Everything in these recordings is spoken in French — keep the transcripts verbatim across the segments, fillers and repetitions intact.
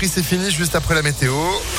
l'esprit, c'est fini juste après la météo.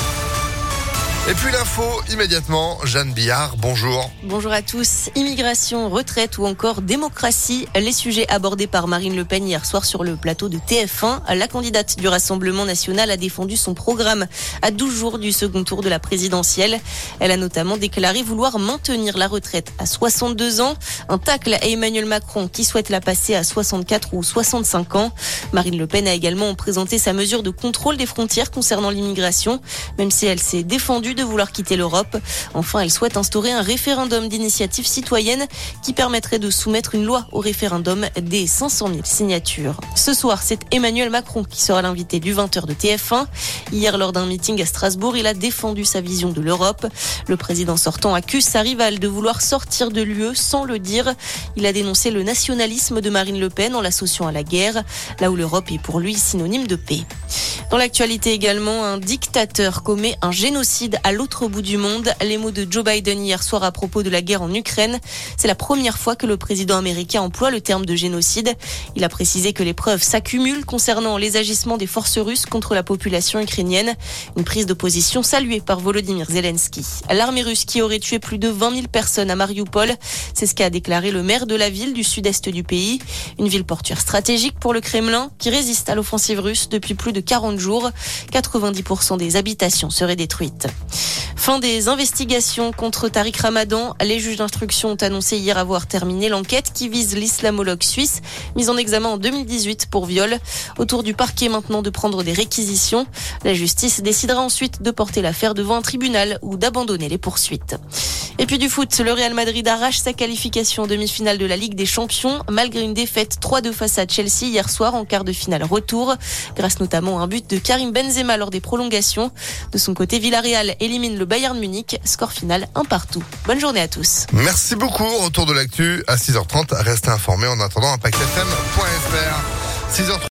Et puis l'info, immédiatement, Jeanne Billard, bonjour. Bonjour à tous. Immigration, retraite ou encore démocratie, les sujets abordés par Marine Le Pen hier soir sur le plateau de T F un. La candidate du Rassemblement national a défendu son programme à douze jours du second tour de la présidentielle. Elle a notamment déclaré vouloir maintenir la retraite à soixante-deux ans. Un tacle à Emmanuel Macron qui souhaite la passer à soixante-quatre ou soixante-cinq ans. Marine Le Pen a également présenté sa mesure de contrôle des frontières concernant l'immigration, même si elle s'est défendue de vouloir quitter l'Europe. Enfin, elle souhaite instaurer un référendum d'initiative citoyenne qui permettrait de soumettre une loi au référendum des cinq cent mille signatures. Ce soir, c'est Emmanuel Macron qui sera l'invité du vingt heures de T F un. Hier, lors d'un meeting à Strasbourg, il a défendu sa vision de l'Europe. Le président sortant accuse sa rivale de vouloir sortir de l'U E sans le dire. Il a dénoncé le nationalisme de Marine Le Pen en l'associant à la guerre, là où l'Europe est pour lui synonyme de paix. Dans l'actualité également, un dictateur commet un génocide à l'autre bout du monde. Les mots de Joe Biden hier soir à propos de la guerre en Ukraine. C'est la première fois que le président américain emploie le terme de génocide. Il a précisé que les preuves s'accumulent concernant les agissements des forces russes contre la population ukrainienne. Une prise de position saluée par Volodymyr Zelensky. L'armée russe qui aurait tué plus de vingt mille personnes à Mariupol, c'est ce qu'a déclaré le maire de la ville du sud-est du pays. Une ville portuaire stratégique pour le Kremlin qui résiste à l'offensive russe depuis plus de quarante jours. quatre-vingt-dix pour cent des habitations seraient détruites. Fin des investigations contre Tariq Ramadan. Les juges d'instruction ont annoncé hier avoir terminé l'enquête qui vise l'islamologue suisse, mis en examen en deux mille dix-huit pour viol. Autour du parquet maintenant de prendre des réquisitions. La justice décidera ensuite de porter l'affaire devant un tribunal ou d'abandonner les poursuites. Et puis du foot, le Real Madrid arrache sa qualification en demi-finale de la Ligue des Champions, malgré une défaite trois deux face à Chelsea hier soir en quart de finale retour, grâce notamment à un but de Karim Benzema lors des prolongations. De son côté, Villarreal élimine le Bayern Munich, score final un partout. Bonne journée à tous. Merci beaucoup, retour de l'actu à six heures trente, restez informés en attendant impact f m point f r. six heures trente